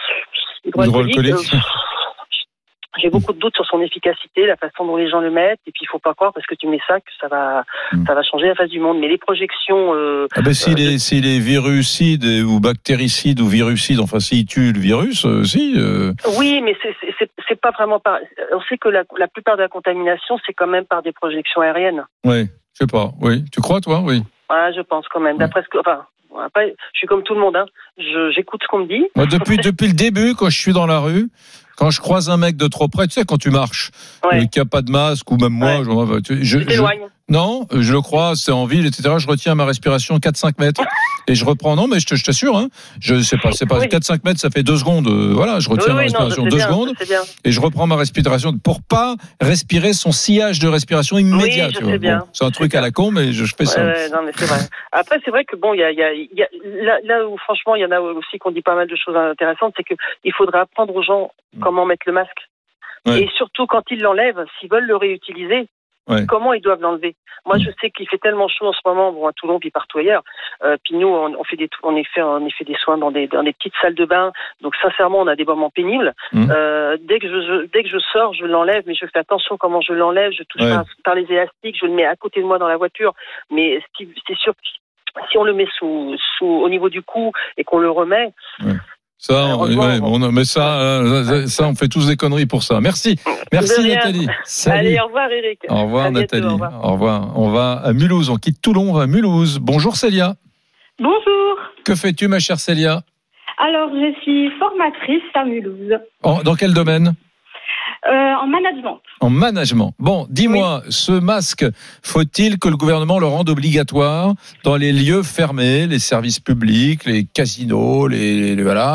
j'ai beaucoup de doutes sur son efficacité, la façon dont les gens le mettent, et puis il faut pas croire parce que tu mets ça que ça va changer la face du monde. Mais les projections... s'il est virucide ou bactéricide ou virucide, enfin s'il tue le virus, Oui, mais c'est pas vraiment... On sait que la plupart de la contamination, c'est quand même par des projections aériennes. Oui, je sais pas, oui. Tu crois, toi? Oui. Ouais, je pense quand même. D'après ce que... Après, je suis comme tout le monde, j'écoute ce qu'on me dit. Moi, depuis le début, quand je suis dans la rue, quand je croise un mec de trop près, tu sais, quand tu marches, qui a pas de masque, ou même moi, je t'éloigne. Non, je le crois, c'est en ville, etc. Je retiens ma respiration 4-5 mètres et je reprends. Non, mais je t'assure, je sais pas, c'est pas 4-5 mètres, ça fait 2 secondes. Voilà, je retiens ma respiration 2 secondes et je reprends ma respiration pour pas respirer son sillage de respiration immédiat. Oui, tu vois. Bon, c'est un truc à la con, mais je fais ça. Non, mais c'est vrai. Après, c'est vrai que bon, il y a là où franchement, il y en a aussi qu'on dit pas mal de choses intéressantes, c'est que il faudrait apprendre aux gens comment mettre le masque. Et surtout quand ils l'enlèvent, s'ils veulent le réutiliser. Comment ils doivent l'enlever? Moi, je sais qu'il fait tellement chaud en ce moment, à Toulon puis partout ailleurs. Puis nous, on fait des soins dans des petites salles de bain. Donc sincèrement, on a des moments pénibles. Dès que je sors, je l'enlève, mais je fais attention comment je l'enlève. Je touche par les élastiques, je le mets à côté de moi dans la voiture. Mais c'est sûr que si on le met au niveau du cou et qu'on le remet. Ça, mais ça, on fait tous des conneries pour ça. Merci Nathalie. Salut. Allez, au revoir Eric. Au revoir Nathalie. Au revoir. On va à Mulhouse. On quitte Toulon, on va à Mulhouse. Bonjour Célia. Bonjour. Que fais-tu, ma chère Célia? Alors, je suis formatrice à Mulhouse. Dans quel domaine? En management. En management. Bon, dis-moi, ce masque, faut-il que le gouvernement le rende obligatoire dans les lieux fermés, les services publics, les casinos, les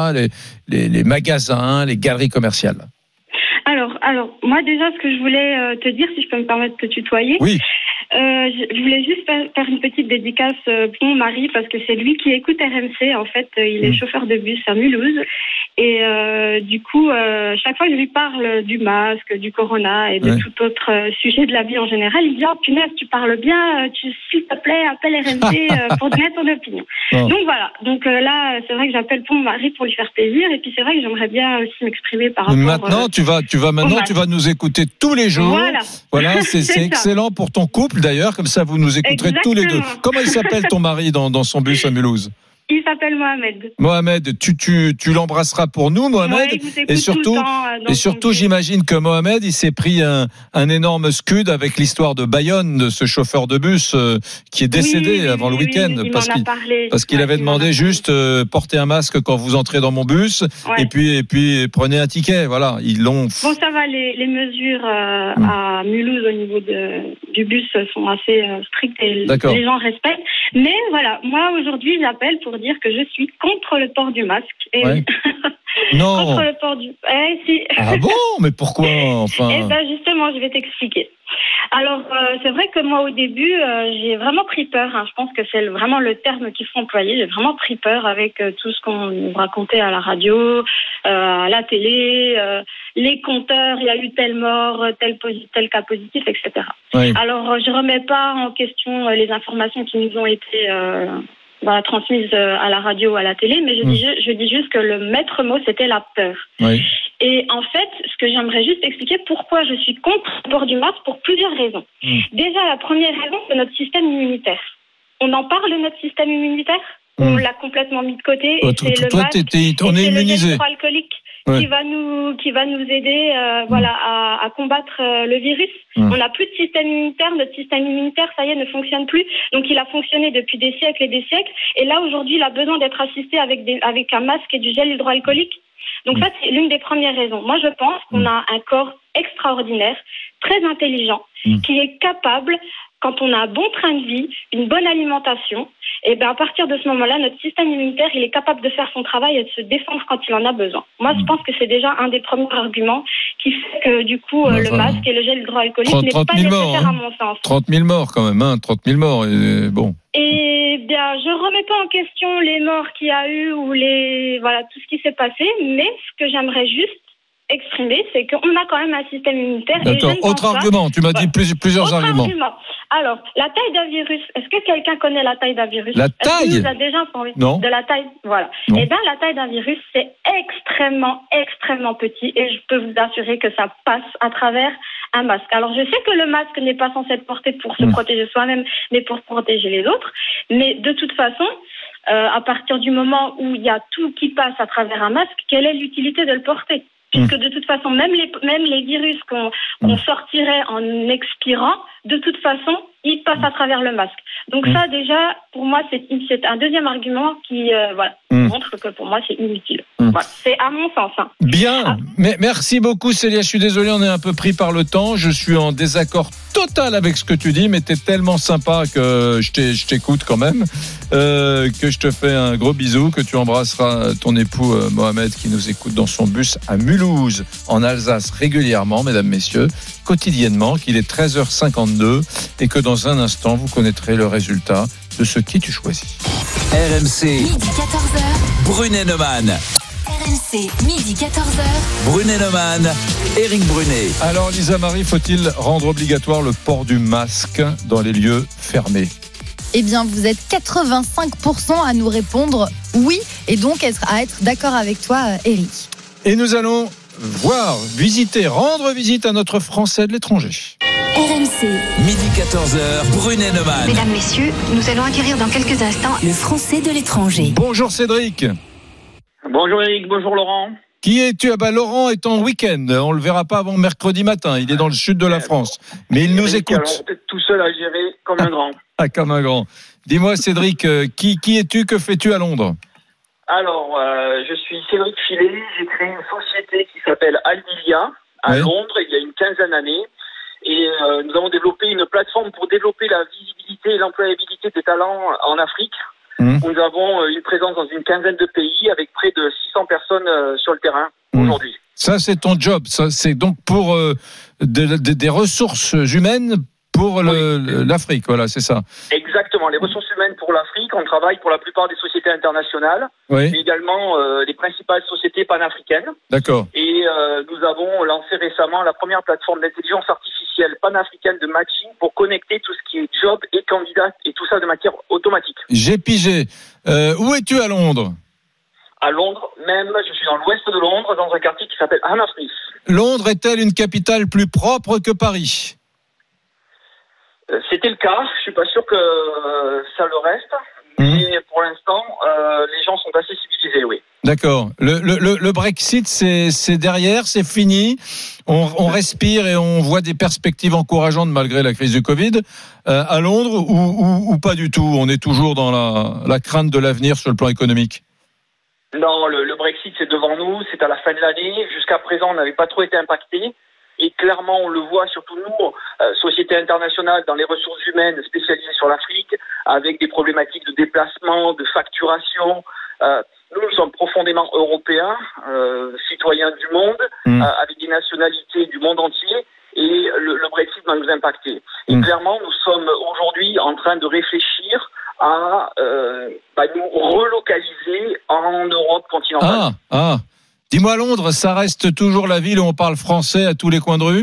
magasins, les galeries commerciales? Alors, moi déjà, ce que je voulais te dire, si je peux me permettre de te tutoyer. Oui. Je voulais juste faire une petite dédicace pour mon mari parce que c'est lui qui écoute RMC. En fait, il est chauffeur de bus à Mulhouse et du coup, chaque fois que je lui parle du masque, du corona et de tout autre sujet de la vie en général, il dit « Oh punaise, tu parles bien, s'il te plaît, appelle RMC pour donner ton opinion. » Donc voilà. Donc là, c'est vrai que j'appelle pour mon mari pour lui faire plaisir et puis c'est vrai que j'aimerais bien aussi m'exprimer par rapport. Maintenant, tu vas nous écouter tous les jours. Voilà, c'est excellent pour ton couple d'ailleurs, comme ça vous nous écouterez tous les deux. Comment il s'appelle ton mari dans son bus à Mulhouse? Il s'appelle Mohamed. Mohamed, tu l'embrasseras pour nous, Mohamed. Ouais, et surtout, j'imagine que Mohamed, il s'est pris un énorme scud avec l'histoire de Bayonne, de ce chauffeur de bus qui est décédé avant le week-end, parce qu'il avait demandé juste porter un masque quand vous entrez dans mon bus, et puis prenez un ticket. Voilà, ils l'ont. Bon, ça va. Les mesures à Mulhouse au niveau du bus sont assez strictes et les gens respectent. Mais voilà, moi aujourd'hui, j'appelle pour dire que je suis contre le port du masque. Et non. Contre le port du. Si. Ah bon? Mais pourquoi? Enfin. Eh ben justement, je vais t'expliquer. Alors, c'est vrai que moi, au début, j'ai vraiment pris peur. Je pense que c'est vraiment le terme qu'il faut employer. J'ai vraiment pris peur avec tout ce qu'on nous racontait à la radio, à la télé, les compteurs, il y a eu tel mort, tel cas positif, etc. Oui. Alors, je remets pas en question les informations qui nous ont été transmises à la radio, à la télé, mais je dis juste que le maître mot, c'était la peur. Oui. Et en fait, ce que j'aimerais juste expliquer, pourquoi je suis contre le port du masque, pour plusieurs raisons. Déjà, la première raison, c'est notre système immunitaire. On en parle de notre système immunitaire, on l'a complètement mis de côté. Et c'est le masque, on est immunisé. Le hydroalcoolique qui va nous aider à combattre le virus. On n'a plus de système immunitaire, notre système immunitaire, ça y est, ne fonctionne plus. Donc il a fonctionné depuis des siècles et des siècles. Et là, aujourd'hui, il a besoin d'être assisté avec un masque et du gel hydroalcoolique. Donc ça, c'est l'une des premières raisons. Moi, je pense qu'on a un corps extraordinaire, très intelligent, qui est capable, quand on a un bon train de vie, une bonne alimentation, et bien à partir de ce moment-là, notre système immunitaire, il est capable de faire son travail et de se défendre quand il en a besoin. Moi, je pense que c'est déjà un des premiers arguments qui fait que, du coup, le masque et le gel hydroalcoolique n'est pas nécessaire à mon sens. 30 000 morts quand même, 30 000 morts, et bon. Et bien, je remets pas en question les morts qu'il y a eu ou tout ce qui s'est passé, mais ce que j'aimerais juste exprimer, c'est qu'on a quand même un système immunitaire. Attends, autre argument, tu m'as dit plusieurs arguments. Alors, la taille d'un virus, est-ce que quelqu'un connaît la taille d'un virus? La taille? Est-ce qu'il nous a déjà parlé de la taille? Voilà. Non. Eh bien, la taille d'un virus, c'est extrêmement, extrêmement petit et je peux vous assurer que ça passe à travers un masque. Alors, je sais que le masque n'est pas censé être porté pour se protéger soi-même, mais pour protéger les autres. Mais de toute façon, à partir du moment où il y a tout qui passe à travers un masque, quelle est l'utilité de le porter? Puisque de toute façon, même les virus qu'on sortirait en expirant, de toute façon, ils passent à travers le masque. Donc ça, déjà, pour moi, c'est un deuxième argument qui montre que pour moi, c'est inutile. Voilà. C'est à mon sens. Bien, mais merci beaucoup Célia, je suis désolé, on est un peu pris par le temps. Je suis en désaccord total avec ce que tu dis, mais t'es tellement sympa que je t'écoute quand même, que je te fais un gros bisou, que tu embrasseras ton époux Mohamed qui nous écoute dans son bus à Mulhouse, en Alsace, régulièrement, mesdames, messieurs, quotidiennement, qu'il est 13h52 et que dans un instant, vous connaîtrez le résultat de ce qui tu choisis. RMC, midi 14h, Brunet-Neumann. RMC, midi 14h, Brunet-Neumann, Éric Brunet. Alors Lisa Marie, faut-il rendre obligatoire le port du masque dans les lieux fermés? Eh bien, vous êtes 85% à nous répondre oui, et donc à être d'accord avec toi, Éric. Et nous allons rendre visite à notre Français de l'étranger. RMC, midi 14h, Brunet-Neumann. Mesdames, messieurs, nous allons acquérir dans quelques instants le Français de l'étranger. Bonjour Cédric. Bonjour Eric, bonjour Laurent. Qui es-tu? Laurent est en week-end, on le verra pas avant mercredi matin, il est dans le sud de la France, mais il nous écoute. Alors, peut-être tout seul à gérer comme un grand. Comme un grand. Dis-moi Cédric, qui es-tu, que fais-tu à Londres? Alors, je suis Cédric Filet, j'ai créé une société qui s'appelle Albilia, à Londres il y a une quinzaine d'années. Et nous avons développé une plateforme pour développer la visibilité et l'employabilité des talents en Afrique. Où nous avons une présence dans une quinzaine de pays avec près de 600 personnes sur le terrain aujourd'hui. Ça, c'est ton job. Ça, c'est donc pour des ressources humaines pour l'Afrique. Voilà, c'est ça. Exactement. Les ressources humaines pour l'Afrique. On travaille pour la plupart des sociétés internationales, mais également les principales sociétés panafricaines. D'accord. Et nous avons lancé récemment la première plateforme d'intelligence artificielle panafricaine de matching pour connecter tout ce qui est job et candidat et tout ça de manière automatique. J'ai pigé. Où es-tu à Londres ? À Londres, même, je suis dans l'ouest de Londres, dans un quartier qui s'appelle Hammersmith. Londres est-elle une capitale plus propre que Paris ? C'était le cas. Je suis pas sûr que ça le reste. Mais pour l'instant, les gens sont assez civilisés, oui. D'accord. Le Brexit, c'est derrière, c'est fini. On respire et on voit des perspectives encourageantes malgré la crise du Covid. À Londres ou pas du tout ? On est toujours dans la crainte de l'avenir sur le plan économique. Non, le Brexit, c'est devant nous. C'est à la fin de l'année. Jusqu'à présent, on n'avait pas trop été impacté. Et clairement, on le voit, surtout nous, société internationale dans les ressources humaines spécialisées sur l'Afrique, avec des problématiques de déplacement, de facturation. Nous sommes profondément européens, citoyens du monde, avec des nationalités du monde entier, et le Brexit va nous impacter. Et clairement, nous sommes aujourd'hui en train de réfléchir à nous relocaliser en Europe continentale. Dis-moi, Londres, ça reste toujours la ville où on parle français à tous les coins de rue ?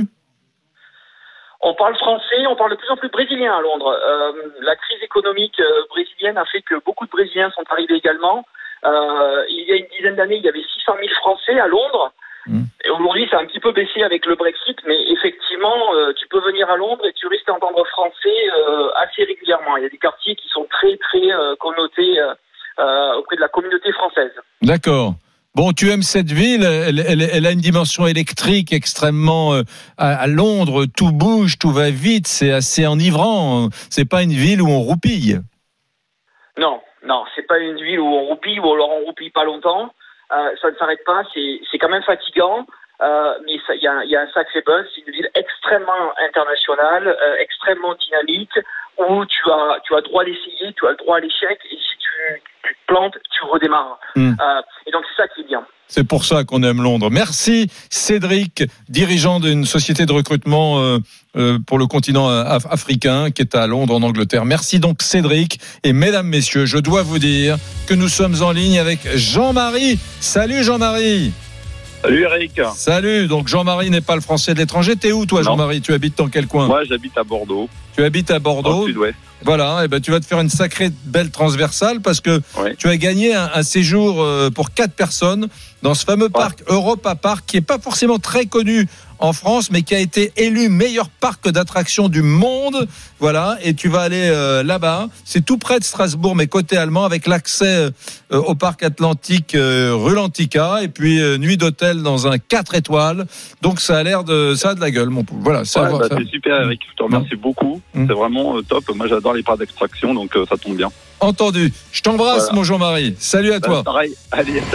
On parle français, on parle de plus en plus brésilien à Londres. La crise économique brésilienne a fait que beaucoup de Brésiliens sont arrivés également. Il y a une dizaine d'années, il y avait 600 000 Français à Londres. Et aujourd'hui, ça a un petit peu baissé avec le Brexit, mais effectivement, tu peux venir à Londres et tu risques d'entendre français assez régulièrement. Il y a des quartiers qui sont très, très connotés auprès de la communauté française. D'accord. Bon, tu aimes cette ville, elle a une dimension électrique extrêmement... à Londres, tout bouge, tout va vite, c'est assez enivrant. C'est pas une ville où on roupille. Non, c'est pas une ville où on roupille, ou alors on roupille pas longtemps. Ça ne s'arrête pas, c'est quand même fatigant. Mais il y a un sacré buzz. C'est une ville extrêmement internationale, extrêmement dynamique, où tu as droit d'essayer, tu as le droit à l'échec, et si tu te plantes, tu redémarres. Et donc c'est ça qui est bien. C'est pour ça qu'on aime Londres. Merci Cédric, dirigeant d'une société de recrutement pour le continent africain qui est à Londres en Angleterre. Merci donc Cédric. Et mesdames, messieurs, je dois vous dire que nous sommes en ligne avec Jean-Marie. Salut Jean-Marie. Salut Eric. Salut, donc Jean-Marie n'est pas le français de l'étranger. T'es où toi Jean-Marie ? Tu habites dans quel coin ? Moi j'habite à Bordeaux. Tu habites à Bordeaux. Dans le sud-ouest. Voilà, et ben tu vas te faire une sacrée belle transversale parce que tu as gagné un séjour pour 4 personnes dans ce fameux parc Europa Park qui est pas forcément très connu en France, mais qui a été élu meilleur parc d'attractions du monde. Voilà, et tu vas aller là-bas. C'est tout près de Strasbourg, mais côté allemand, avec l'accès au parc Atlantique rue Lantica, et puis nuit d'hôtel dans un 4 étoiles. Donc ça a de la gueule, mon pouls. Voilà, ça. C'est super, Eric. Je te remercie beaucoup. C'est vraiment top. Moi, j'adore les parcs d'attractions, donc ça tombe bien. Entendu. Je t'embrasse, mon Jean-Marie. Salut à toi. Pareil. Allez.